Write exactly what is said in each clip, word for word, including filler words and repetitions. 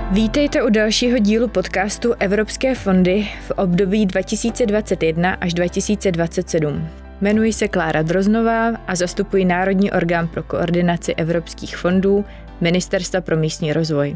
Vítejte u dalšího dílu podcastu Evropské fondy v období dva tisíce dvacet jedna až dva tisíce dvacet sedm. Jmenuji se Klára Droznová a zastupuji Národní orgán pro koordinaci evropských fondů Ministerstva pro místní rozvoj.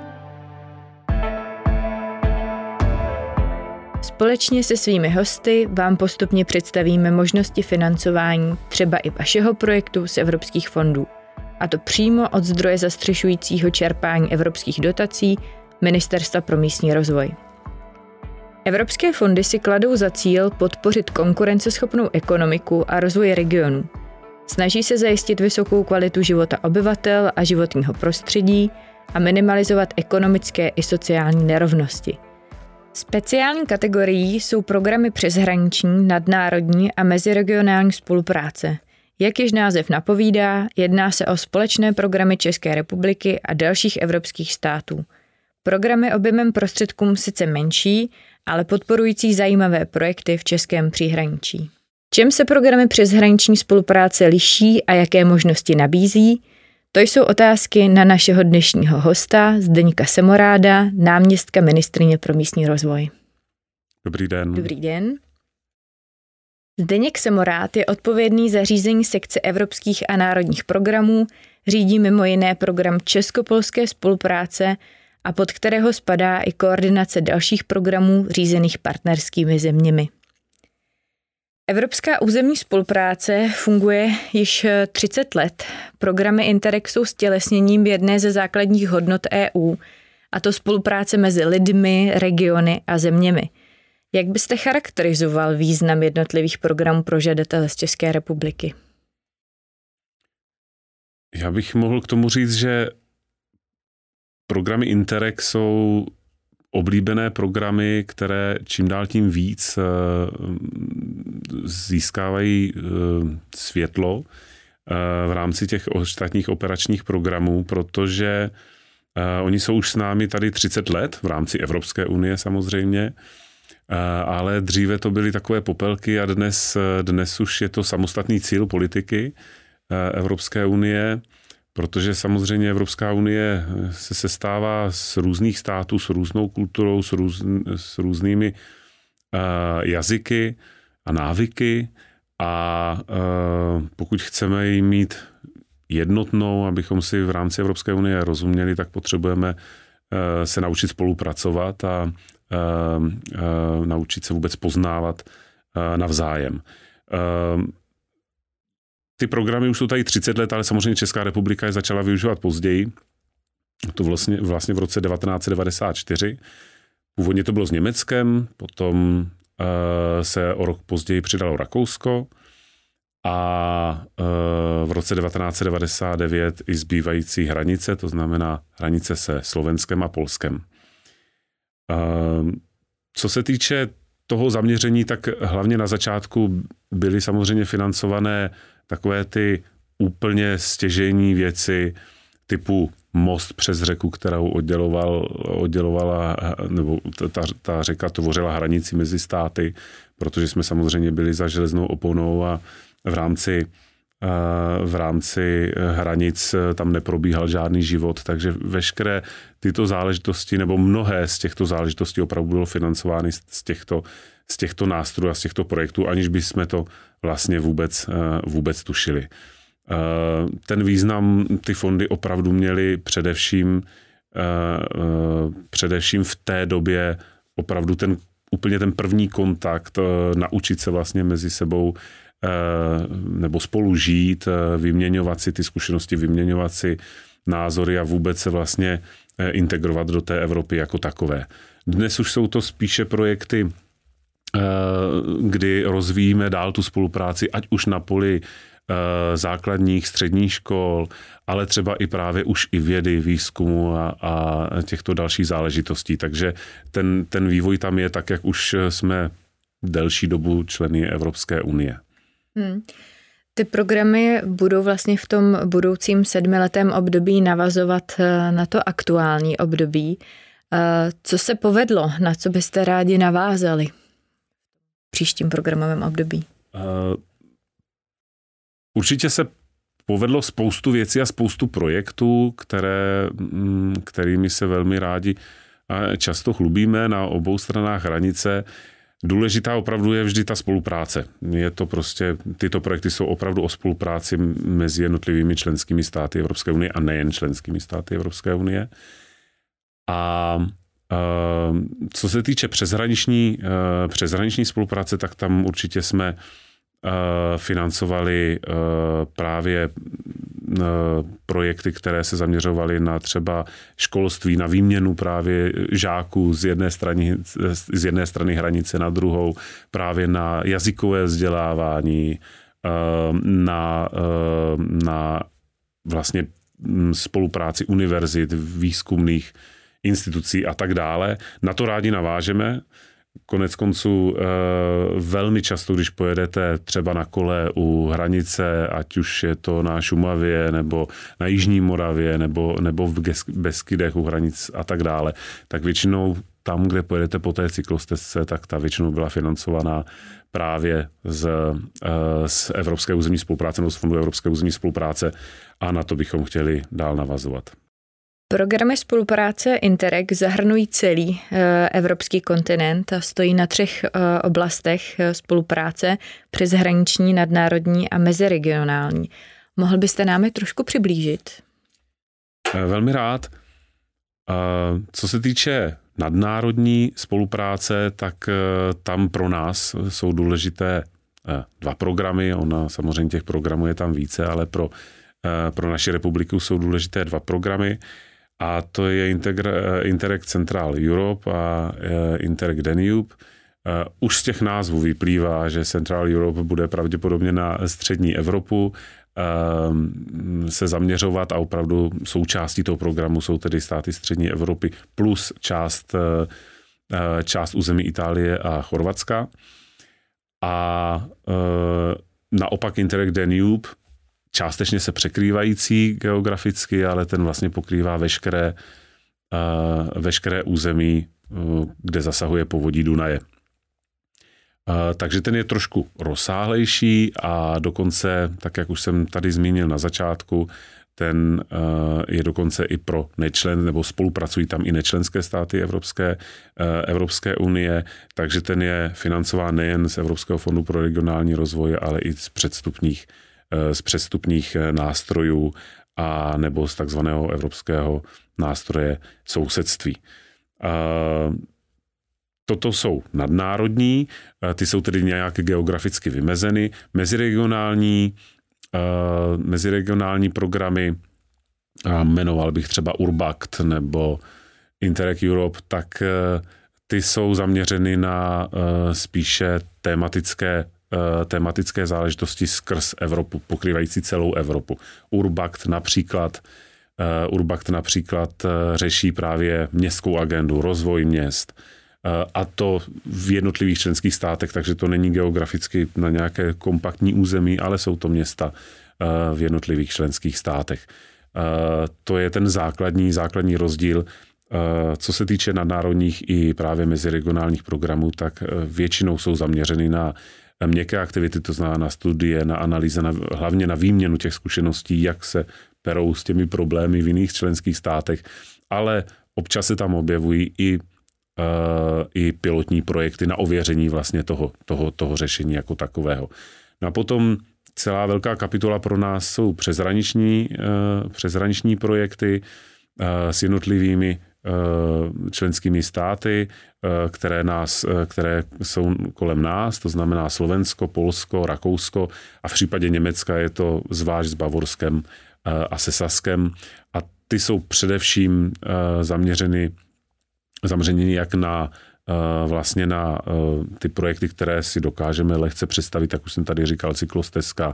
Společně se svými hosty vám postupně představíme možnosti financování třeba i vašeho projektu z evropských fondů. A to přímo od zdroje zastřešujícího čerpání evropských dotací Ministerstva pro místní rozvoj. Evropské fondy si kladou za cíl podpořit konkurenceschopnou ekonomiku a rozvoj regionů. Snaží se zajistit vysokou kvalitu života obyvatel a životního prostředí a minimalizovat ekonomické i sociální nerovnosti. Speciální kategorií jsou programy přeshraniční, nadnárodní a meziregionální spolupráce. Jak již název napovídá, jedná se o společné programy České republiky a dalších evropských států. Programy objemem prostředkům sice menší, ale podporující zajímavé projekty v českém příhraničí. Čem se programy přeshraniční spolupráce liší a jaké možnosti nabízí? To jsou otázky na našeho dnešního hosta Zdeňka Semoráda, náměstka ministryně pro místní rozvoj. Dobrý den. Dobrý den. Zdeněk Semorád je odpovědný za řízení sekce evropských a národních programů, řídí mimo jiné program česko-polské spolupráce a pod kterého spadá i koordinace dalších programů řízených partnerskými zeměmi. Evropská územní spolupráce funguje již třicet let. Programy Interreg jsou stělesněním jedné ze základních hodnot E U, a to spolupráce mezi lidmi, regiony a zeměmi. Jak byste charakterizoval význam jednotlivých programů pro žadatele z České republiky? Já bych mohl k tomu říct, že programy Interreg jsou oblíbené programy, které čím dál tím víc získávají světlo v rámci těch ostatních operačních programů, protože oni jsou už s námi tady třicet let v rámci Evropské unie samozřejmě, ale dříve to byly takové popelky a dnes, dnes už je to samostatný cíl politiky Evropské unie, protože samozřejmě Evropská unie se sestává z různých států, s různou kulturou, s, růz, s různými uh, jazyky a návyky a uh, pokud chceme ji mít jednotnou, abychom si v rámci Evropské unie rozuměli, tak potřebujeme uh, se naučit spolupracovat a uh, uh, naučit se vůbec poznávat uh, navzájem. Uh, Ty programy už jsou tady třicet let, ale samozřejmě Česká republika je začala využívat později. To vlastně, vlastně v roce devatenáct set devadesát čtyři. Původně to bylo s Německem, potom uh, se o rok později přidalo Rakousko a uh, v roce devatenáct set devadesát devět i zbývající hranice, to znamená hranice se Slovenskem a Polskem. Uh, co se týče toho zaměření, tak hlavně na začátku byly samozřejmě financované takové ty úplně stěžejní věci typu most přes řeku, kterou odděloval, oddělovala, nebo ta, ta řeka tvořila hranici mezi státy, protože jsme samozřejmě byli za železnou oponou a v rámci, v rámci hranic tam neprobíhal žádný život, takže veškeré tyto záležitosti, nebo mnohé z těchto záležitostí opravdu bylo financovány z těchto, z těchto nástrojů a z těchto projektů, aniž by jsme to vlastně vůbec, vůbec tušili. Ten význam ty fondy opravdu měly především, především v té době opravdu ten, úplně ten první kontakt, naučit se vlastně mezi sebou nebo spolu žít, vyměňovat si ty zkušenosti, vyměňovat si názory a vůbec se vlastně integrovat do té Evropy jako takové. Dnes už jsou to spíše projekty, kdy rozvíjíme dál tu spolupráci, ať už na poli základních, středních škol, ale třeba i právě už i vědy, výzkumu a, a těchto dalších záležitostí. Takže ten, ten vývoj tam je tak, jak už jsme delší dobu členy Evropské unie. Hmm. Ty programy budou vlastně v tom budoucím sedmiletém období navazovat na to aktuální období. Co se povedlo? Na co byste rádi navázali v příštím programovém období? Určitě se povedlo spoustu věcí a spoustu projektů, které, kterými se velmi rádi a často chlubíme na obou stranách hranice. Důležitá opravdu je vždy ta spolupráce. Je to prostě, tyto projekty jsou opravdu o spolupráci mezi jednotlivými členskými státy Evropské unie a nejen členskými státy Evropské unie. A co se týče přeshraniční, přeshraniční spolupráce, tak tam určitě jsme financovali právě projekty, které se zaměřovaly na třeba školství, na výměnu právě žáků z jedné strany, z jedné strany hranice na druhou, právě na jazykové vzdělávání, na, na vlastně spolupráci univerzit, výzkumných institucí a tak dále. Na to rádi navážeme. Konec konců velmi často, když pojedete třeba na kole u hranice, ať už je to na Šumavě, nebo na Jižní Moravě, nebo, nebo v Beskydech u hranic a tak dále, tak většinou tam, kde pojedete po té cyklostezce, tak ta většinou byla financovaná právě z, z Evropské územní spolupráce nebo z Fondu Evropské územní spolupráce a na to bychom chtěli dál navazovat. Programy spolupráce Interreg zahrnují celý e, evropský kontinent a stojí na třech e, oblastech e, spolupráce přeshraniční, nadnárodní a meziregionální. Mohl byste nám je trošku přiblížit? Velmi rád. E, co se týče nadnárodní spolupráce, tak e, tam pro nás jsou důležité e, dva programy. Ona samozřejmě těch programů je tam více, ale pro, e, pro naši republiku jsou důležité dva programy. A to je Interreg Central Europe a Interreg Danube. Už z těch názvů vyplývá, že Central Europe bude pravděpodobně na střední Evropu se zaměřovat a opravdu součástí toho programu jsou tedy státy střední Evropy plus část, část území Itálie a Chorvatska. A naopak Interreg Danube částečně se překrývající geograficky, ale ten vlastně pokrývá veškeré, uh, veškeré území, uh, kde zasahuje povodí Dunaje. Uh, takže ten je trošku rozsáhlejší a dokonce, tak jak už jsem tady zmínil na začátku, ten uh, je dokonce i pro nečlen, nebo spolupracují tam i nečlenské státy Evropské, uh, Evropské unie, takže ten je financován nejen z Evropského fondu pro regionální rozvoj, ale i z předstupních z předstupních nástrojů a nebo z takzvaného evropského nástroje sousedství. Toto jsou nadnárodní, ty jsou tedy nějak geograficky vymezeny. Meziregionální, meziregionální programy, jmenoval bych třeba Urbact nebo Interreg Europe, tak ty jsou zaměřeny na spíše tematické tematické záležitosti skrz Evropu, pokrývající celou Evropu. Urbact například, uh, Urbact například uh, řeší právě městskou agendu, rozvoj měst uh, a to v jednotlivých členských státech, takže to není geograficky na nějaké kompaktní území, ale jsou to města uh, v jednotlivých členských státech. Uh, to je ten základní, základní rozdíl. Uh, co se týče nadnárodních i právě meziregionálních programů, tak uh, většinou jsou zaměřeny na měkké aktivity, to znamená na studie, na analýze, na, hlavně na výměnu těch zkušeností, jak se perou s těmi problémy v jiných členských státech, ale občas se tam objevují i, uh, i pilotní projekty na ověření vlastně toho, toho, toho řešení jako takového. No a potom celá velká kapitola pro nás jsou přeshraniční, uh, přeshraniční projekty uh, s jednotlivými členskými státy, které, nás, které jsou kolem nás, to znamená Slovensko, Polsko, Rakousko a v případě Německa je to zvlášť s Bavorskem a se Saskem a ty jsou především zaměřeny, zaměřeny jak na vlastně na ty projekty, které si dokážeme lehce představit, jak už jsem tady říkal, cyklostezka,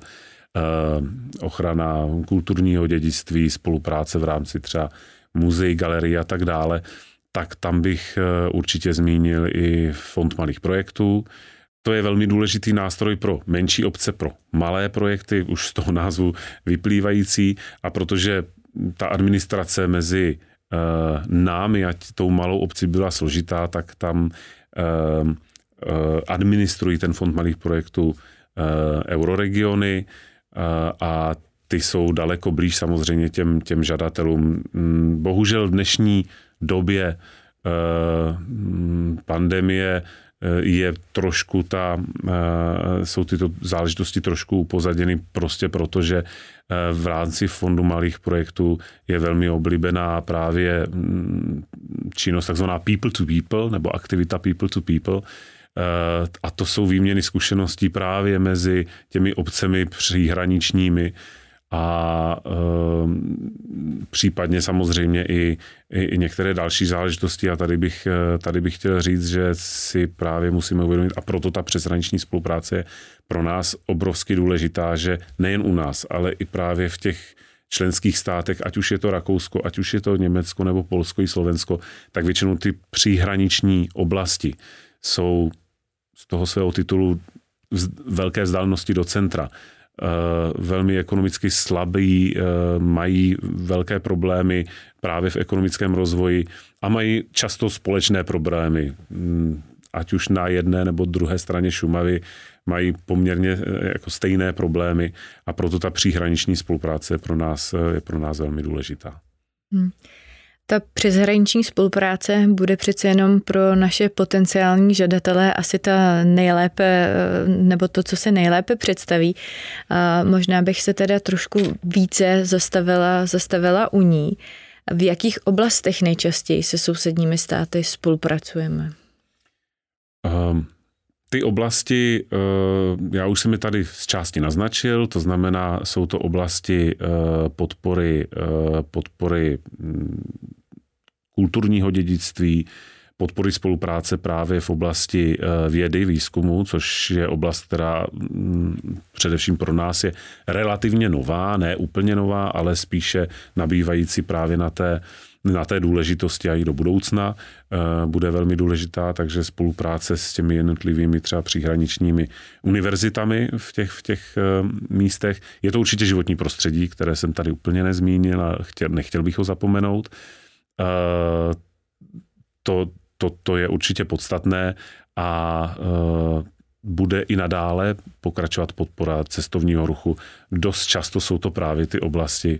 ochrana kulturního dědictví, spolupráce v rámci třeba muzeí, galerii a tak dále, tak tam bych určitě zmínil i Fond malých projektů. To je velmi důležitý nástroj pro menší obce, pro malé projekty, už z toho názvu vyplývající, a protože ta administrace mezi uh, námi a tou malou obcí byla složitá, tak tam uh, uh, administrují ten Fond malých projektů uh, euroregiony uh, a ty jsou daleko blíž samozřejmě těm, těm žadatelům. Bohužel v dnešní době pandemie je trošku ta, jsou tyto záležitosti trošku upozaděny prostě proto, že v rámci fondu malých projektů je velmi oblíbená právě činnost takzvaná people to people nebo aktivita people to people. A to jsou výměny zkušeností právě mezi těmi obcemi příhraničními a e, případně samozřejmě i, i, i některé další záležitosti. A tady bych, tady bych chtěl říct, že si právě musíme uvědomit, a proto ta přeshraniční spolupráce je pro nás obrovsky důležitá, že nejen u nás, ale i právě v těch členských státech, ať už je to Rakousko, ať už je to Německo nebo Polsko i Slovensko, tak většinou ty příhraniční oblasti jsou z toho svého titulu velké vzdálenosti do centra. Velmi ekonomicky slabí, mají velké problémy právě v ekonomickém rozvoji a mají často společné problémy. Ať už na jedné nebo druhé straně Šumavy mají poměrně jako stejné problémy a proto ta příhraniční spolupráce je pro nás, je pro nás velmi důležitá. Hmm. Ta přeshraniční spolupráce bude přece jenom pro naše potenciální žadatele asi ta nejlépe, nebo to, co se nejlépe představí. A možná bych se teda trošku více zastavila, zastavila u ní. V jakých oblastech nejčastěji se sousedními státy spolupracujeme? Um. Ty oblasti, já už jsem je tady z části naznačil, to znamená, jsou to oblasti podpory, podpory kulturního dědictví, podpory spolupráce právě v oblasti vědy, výzkumu, což je oblast, která především pro nás je relativně nová, ne úplně nová, ale spíše nabývající právě na té na té důležitosti a i do budoucna bude velmi důležitá, takže spolupráce s těmi jednotlivými třeba příhraničními univerzitami v těch, v těch místech. Je to určitě životní prostředí, které jsem tady úplně nezmínil a chtěl, nechtěl bych ho zapomenout. To, to, to je určitě podstatné a bude i nadále pokračovat podpora cestovního ruchu. Dost často jsou to právě ty oblasti,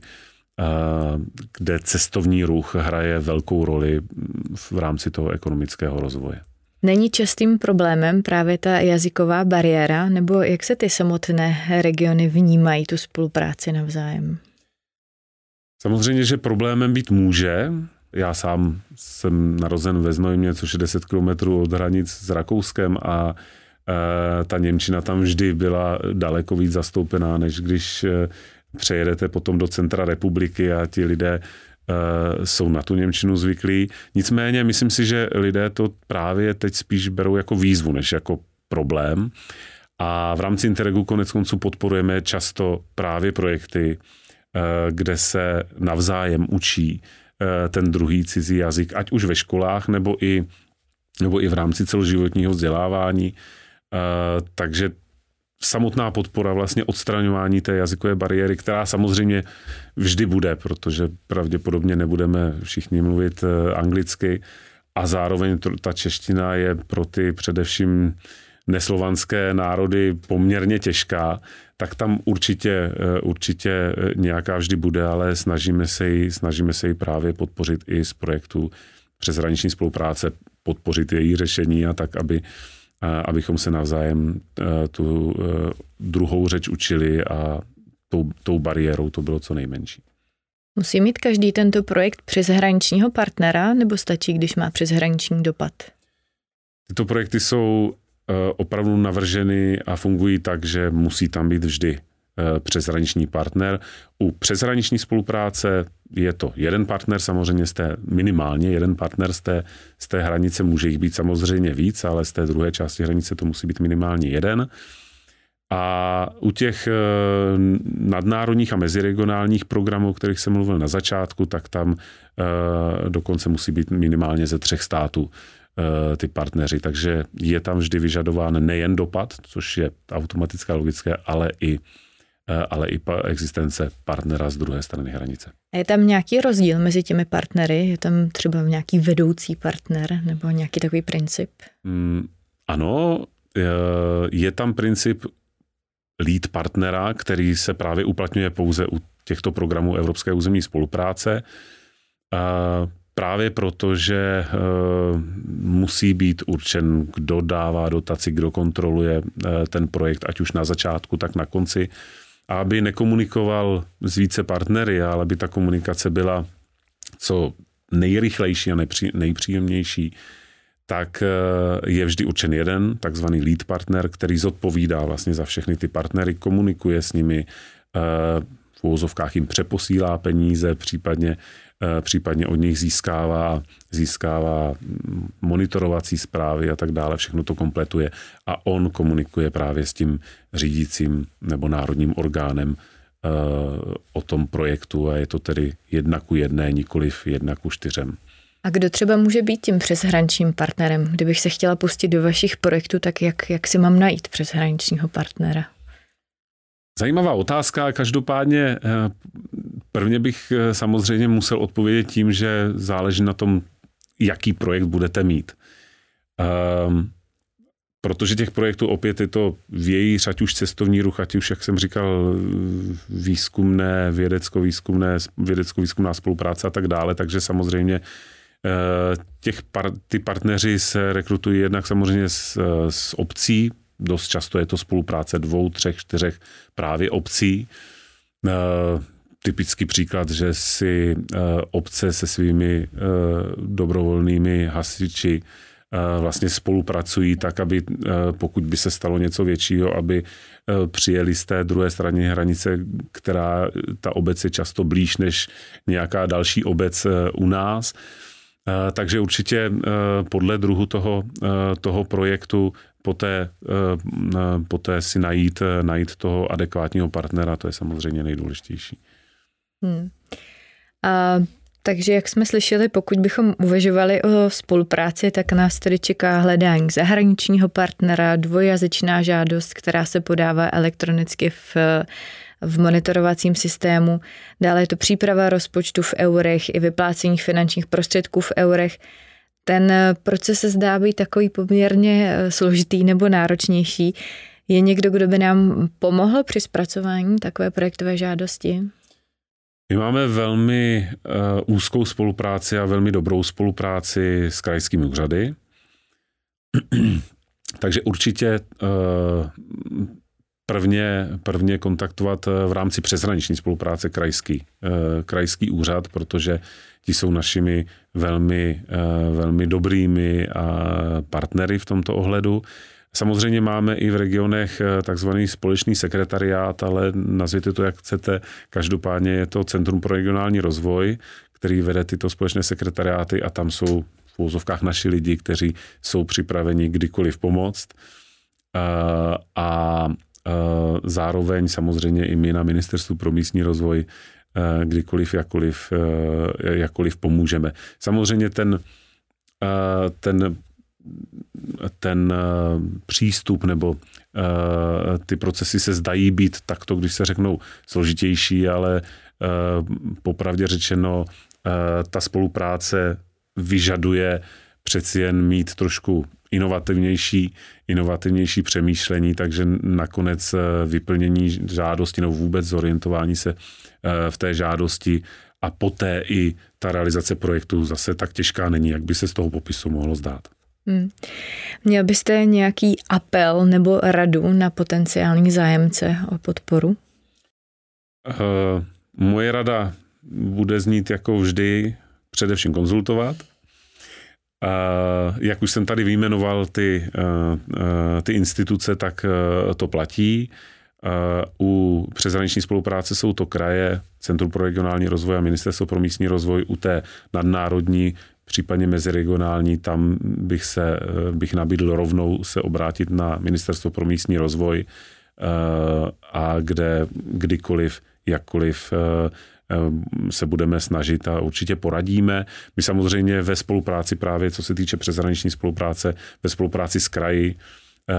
kde cestovní ruch hraje velkou roli v rámci toho ekonomického rozvoje. Není častým problémem právě ta jazyková bariéra, nebo jak se ty samotné regiony vnímají tu spolupráci navzájem? Samozřejmě, že problémem být může. Já sám jsem narozen ve Znojmě, což je deset kilometrů od hranic s Rakouskem a e, ta němčina tam vždy byla daleko víc zastoupená, než když e, přejedete potom do centra republiky a ti lidé e, jsou na tu němčinu zvyklí. Nicméně myslím si, že lidé to právě teď spíš berou jako výzvu, než jako problém. A v rámci Interregu koneckonců podporujeme často právě projekty, e, kde se navzájem učí e, ten druhý cizí jazyk, ať už ve školách, nebo i, nebo i v rámci celoživotního vzdělávání. E, takže samotná podpora vlastně odstraňování té jazykové bariéry, která samozřejmě vždy bude, protože pravděpodobně nebudeme všichni mluvit anglicky a zároveň ta čeština je pro ty především neslovanské národy poměrně těžká, tak tam určitě, určitě nějaká vždy bude, ale snažíme se ji, snažíme se ji právě podpořit i z projektu přeshraniční spolupráce, podpořit její řešení a tak, aby abychom se navzájem tu druhou řeč učili a tou, tou bariérou to bylo co nejmenší. Musí mít každý tento projekt přeshraničního partnera, nebo stačí, když má přeshraniční dopad? Tyto projekty jsou opravdu navrženy a fungují tak, že musí tam být vždy přeshraniční partner. U přeshraniční spolupráce je to jeden partner, samozřejmě z té, minimálně jeden partner z té, z té hranice, může jich být samozřejmě víc, ale z té druhé části hranice to musí být minimálně jeden. A u těch nadnárodních a meziregionálních programů, o kterých jsem mluvil na začátku, tak tam dokonce musí být minimálně ze třech států ty partneři. Takže je tam vždy vyžadován nejen dopad, což je automatické a logické, ale i ale i existence partnera z druhé strany hranice. A je tam nějaký rozdíl mezi těmi partnery? Je tam třeba nějaký vedoucí partner nebo nějaký takový princip? Mm, ano, je tam princip lead partnera, který se právě uplatňuje pouze u těchto programů Evropské územní spolupráce. Právě proto, že musí být určen, kdo dává dotaci, kdo kontroluje ten projekt, ať už na začátku, tak na konci. A aby nekomunikoval s více partnery, ale aby ta komunikace byla co nejrychlejší a nejpříjemnější, tak je vždy určen jeden, takzvaný lead partner, který zodpovídá vlastně za všechny ty partnery, komunikuje s nimi, v uvozovkách jim přeposílá peníze, případně, případně od nich získává, získává monitorovací zprávy a tak dále, všechno to kompletuje a on komunikuje právě s tím řídícím nebo národním orgánem o tom projektu a je to tedy jedna ku jedné, nikoliv jedna ku čtyřem. A kdo třeba může být tím přeshraničním partnerem? Kdybych se chtěla pustit do vašich projektů, tak jak, jak si mám najít přeshraničního partnera? Zajímavá otázka. Každopádně prvně bych samozřejmě musel odpovědět tím, že záleží na tom, jaký projekt budete mít. Um, protože těch projektů opět je to vějíř, ať už cestovní ruch, ať už, jak jsem říkal, výzkumné, vědecko-výzkumné, vědecko-výzkumná spolupráce a tak dále, takže samozřejmě těch par, ty partneři se rekrutují jednak samozřejmě z, z obcí, dost často je to spolupráce dvou, třech, čtyřech právě obcí. Typický příklad, že si obce se svými dobrovolnými hasiči vlastně spolupracují tak, aby pokud by se stalo něco většího, aby přijeli z té druhé strany hranice, která ta obec je často blíž než nějaká další obec u nás. Takže určitě podle druhu toho, toho projektu poté, poté si najít, najít toho adekvátního partnera, to je samozřejmě nejdůležitější. Hmm. A, takže jak jsme slyšeli, pokud bychom uvažovali o spolupráci, tak nás tady čeká hledání zahraničního partnera, dvojjazyčná žádost, která se podává elektronicky v v monitorovacím systému. Dále je to příprava rozpočtu v eurech i vyplácení finančních prostředků v eurech. Ten proces se zdá být takový poměrně složitý nebo náročnější. Je někdo, kdo by nám pomohl při zpracování takové projektové žádosti? My máme velmi uh, úzkou spolupráci a velmi dobrou spolupráci s krajskými úřady. Takže určitě uh, Prvně, prvně kontaktovat v rámci přeshraniční spolupráce krajský, krajský úřad, protože ti jsou našimi velmi, velmi dobrými partnery v tomto ohledu. Samozřejmě máme i v regionech takzvaný společný sekretariát, ale nazvěte to, jak chcete. Každopádně je to Centrum pro regionální rozvoj, který vede tyto společné sekretariáty a tam jsou v uvozovkách naši lidi, kteří jsou připraveni kdykoliv pomoct. A zároveň samozřejmě i my na Ministerstvu pro místní rozvoj kdykoliv, jakkoliv, jakkoliv pomůžeme. Samozřejmě ten, ten, ten přístup nebo ty procesy se zdají být takto, když se řeknou složitější, ale popravdě řečeno ta spolupráce vyžaduje přeci jen mít trošku inovativnější, inovativnější přemýšlení, takže nakonec vyplnění žádosti nebo vůbec zorientování se v té žádosti a poté i ta realizace projektu zase tak těžká není, jak by se z toho popisu mohlo zdát. Hmm. Měl byste nějaký apel nebo radu na potenciální zájemce o podporu? Uh, moje rada bude znít jako vždy především konzultovat. Uh, jak už jsem tady vyjmenoval ty, uh, uh, ty instituce, tak uh, to platí. Uh, u přeshraniční spolupráce jsou to kraje, Centrum pro regionální rozvoj a Ministerstvo pro místní rozvoj. U té nadnárodní, případně meziregionální, tam bych, se, uh, bych nabídl rovnou se obrátit na Ministerstvo pro místní rozvoj uh, a kde kdykoliv, jakkoliv uh, se budeme snažit a určitě poradíme. My samozřejmě ve spolupráci právě, co se týče přeshraniční spolupráce, ve spolupráci s kraji eh,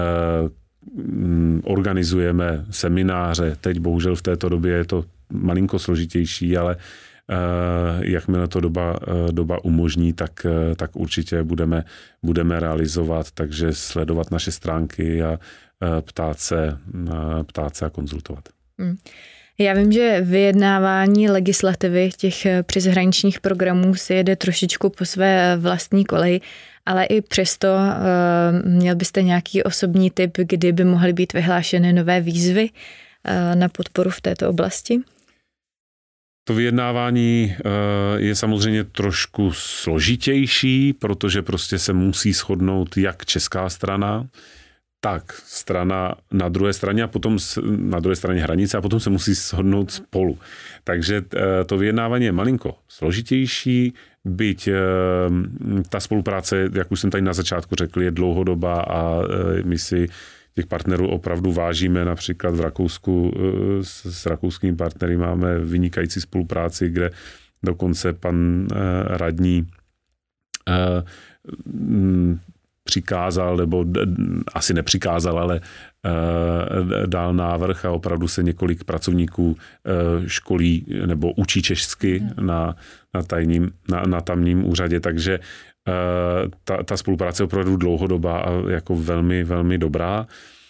organizujeme semináře. Teď bohužel v této době je to malinko složitější, ale jakmile to doba, doba umožní, tak, tak určitě budeme, budeme realizovat, takže sledovat naše stránky a ptát se, ptát se a konzultovat. Hmm. Já vím, že vyjednávání legislativy těch přeshraničních programů se jede trošičku po své vlastní koleji, ale i přesto měl byste nějaký osobní tip, kdy by mohly být vyhlášeny nové výzvy na podporu v této oblasti? To vyjednávání je samozřejmě trošku složitější, protože prostě se musí shodnout jak česká strana, tak strana na druhé straně a potom na druhé straně hranice a potom se musí shodnout spolu. Takže to vyjednávání je malinko složitější, byť ta spolupráce, jak už jsem tady na začátku řekl, je dlouhodobá a my si těch partnerů opravdu vážíme. Například v Rakousku s, s rakouskými partnery máme vynikající spolupráci, kde dokonce pan radní přikázal, nebo asi nepřikázal, ale dal návrh a opravdu se několik pracovníků školí nebo učí češsky na, na, tajním, na, na tamním úřadě, takže ta, ta spolupráce je opravdu dlouhodobá a jako velmi, velmi dobrá.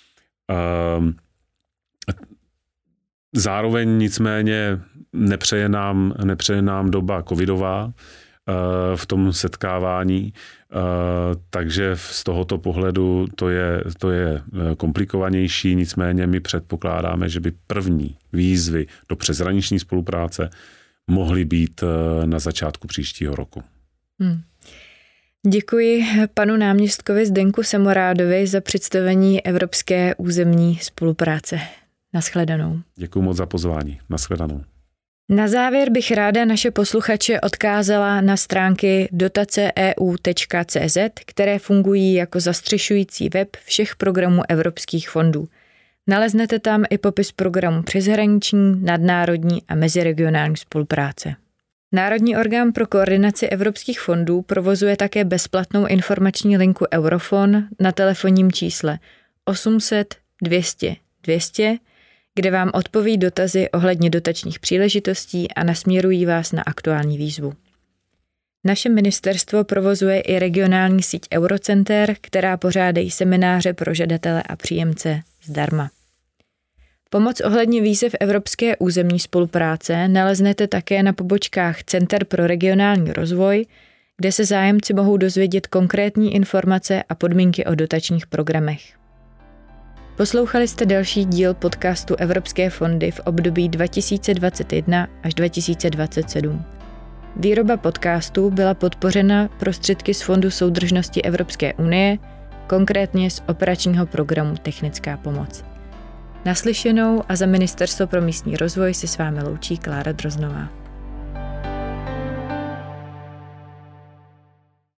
Zároveň nicméně nepřeje nám, nepřeje nám doba covidová v tom setkávání, takže z tohoto pohledu to je, to je komplikovanější, nicméně my předpokládáme, že by první výzvy do přeshraniční spolupráce mohly být na začátku příštího roku. Hmm. Děkuji panu náměstkovi Zdenku Samorádovi za představení Evropské územní spolupráce. Naschledanou. Děkuji moc za pozvání. Naschledanou. Na závěr bych ráda naše posluchače odkázala na stránky dotace e u tečka cé zet, které fungují jako zastřešující web všech programů evropských fondů. Naleznete tam i popis programu přeshraniční, nadnárodní a meziregionální spolupráce. Národní orgán pro koordinaci evropských fondů provozuje také bezplatnou informační linku Eurofond na telefonním čísle osm set dvě stě dvě stě, kde vám odpoví dotazy ohledně dotačních příležitostí a nasměrují vás na aktuální výzvu. Naše ministerstvo provozuje i regionální síť Eurocenter, která pořádají semináře pro žadatele a příjemce zdarma. Pomoc ohledně výzev Evropské územní spolupráce naleznete také na pobočkách Center pro regionální rozvoj, kde se zájemci mohou dozvědět konkrétní informace a podmínky o dotačních programech. Poslouchali jste další díl podcastu Evropské fondy v období dva tisíce dvacet jedna až dva tisíce dvacet sedm. Výroba podcastu byla podpořena prostředky z Fondu soudržnosti Evropské unie, konkrétně z operačního programu Technická pomoc. Naslyšenou a za Ministerstvo pro místní rozvoj se s vámi loučí Klára Droznová.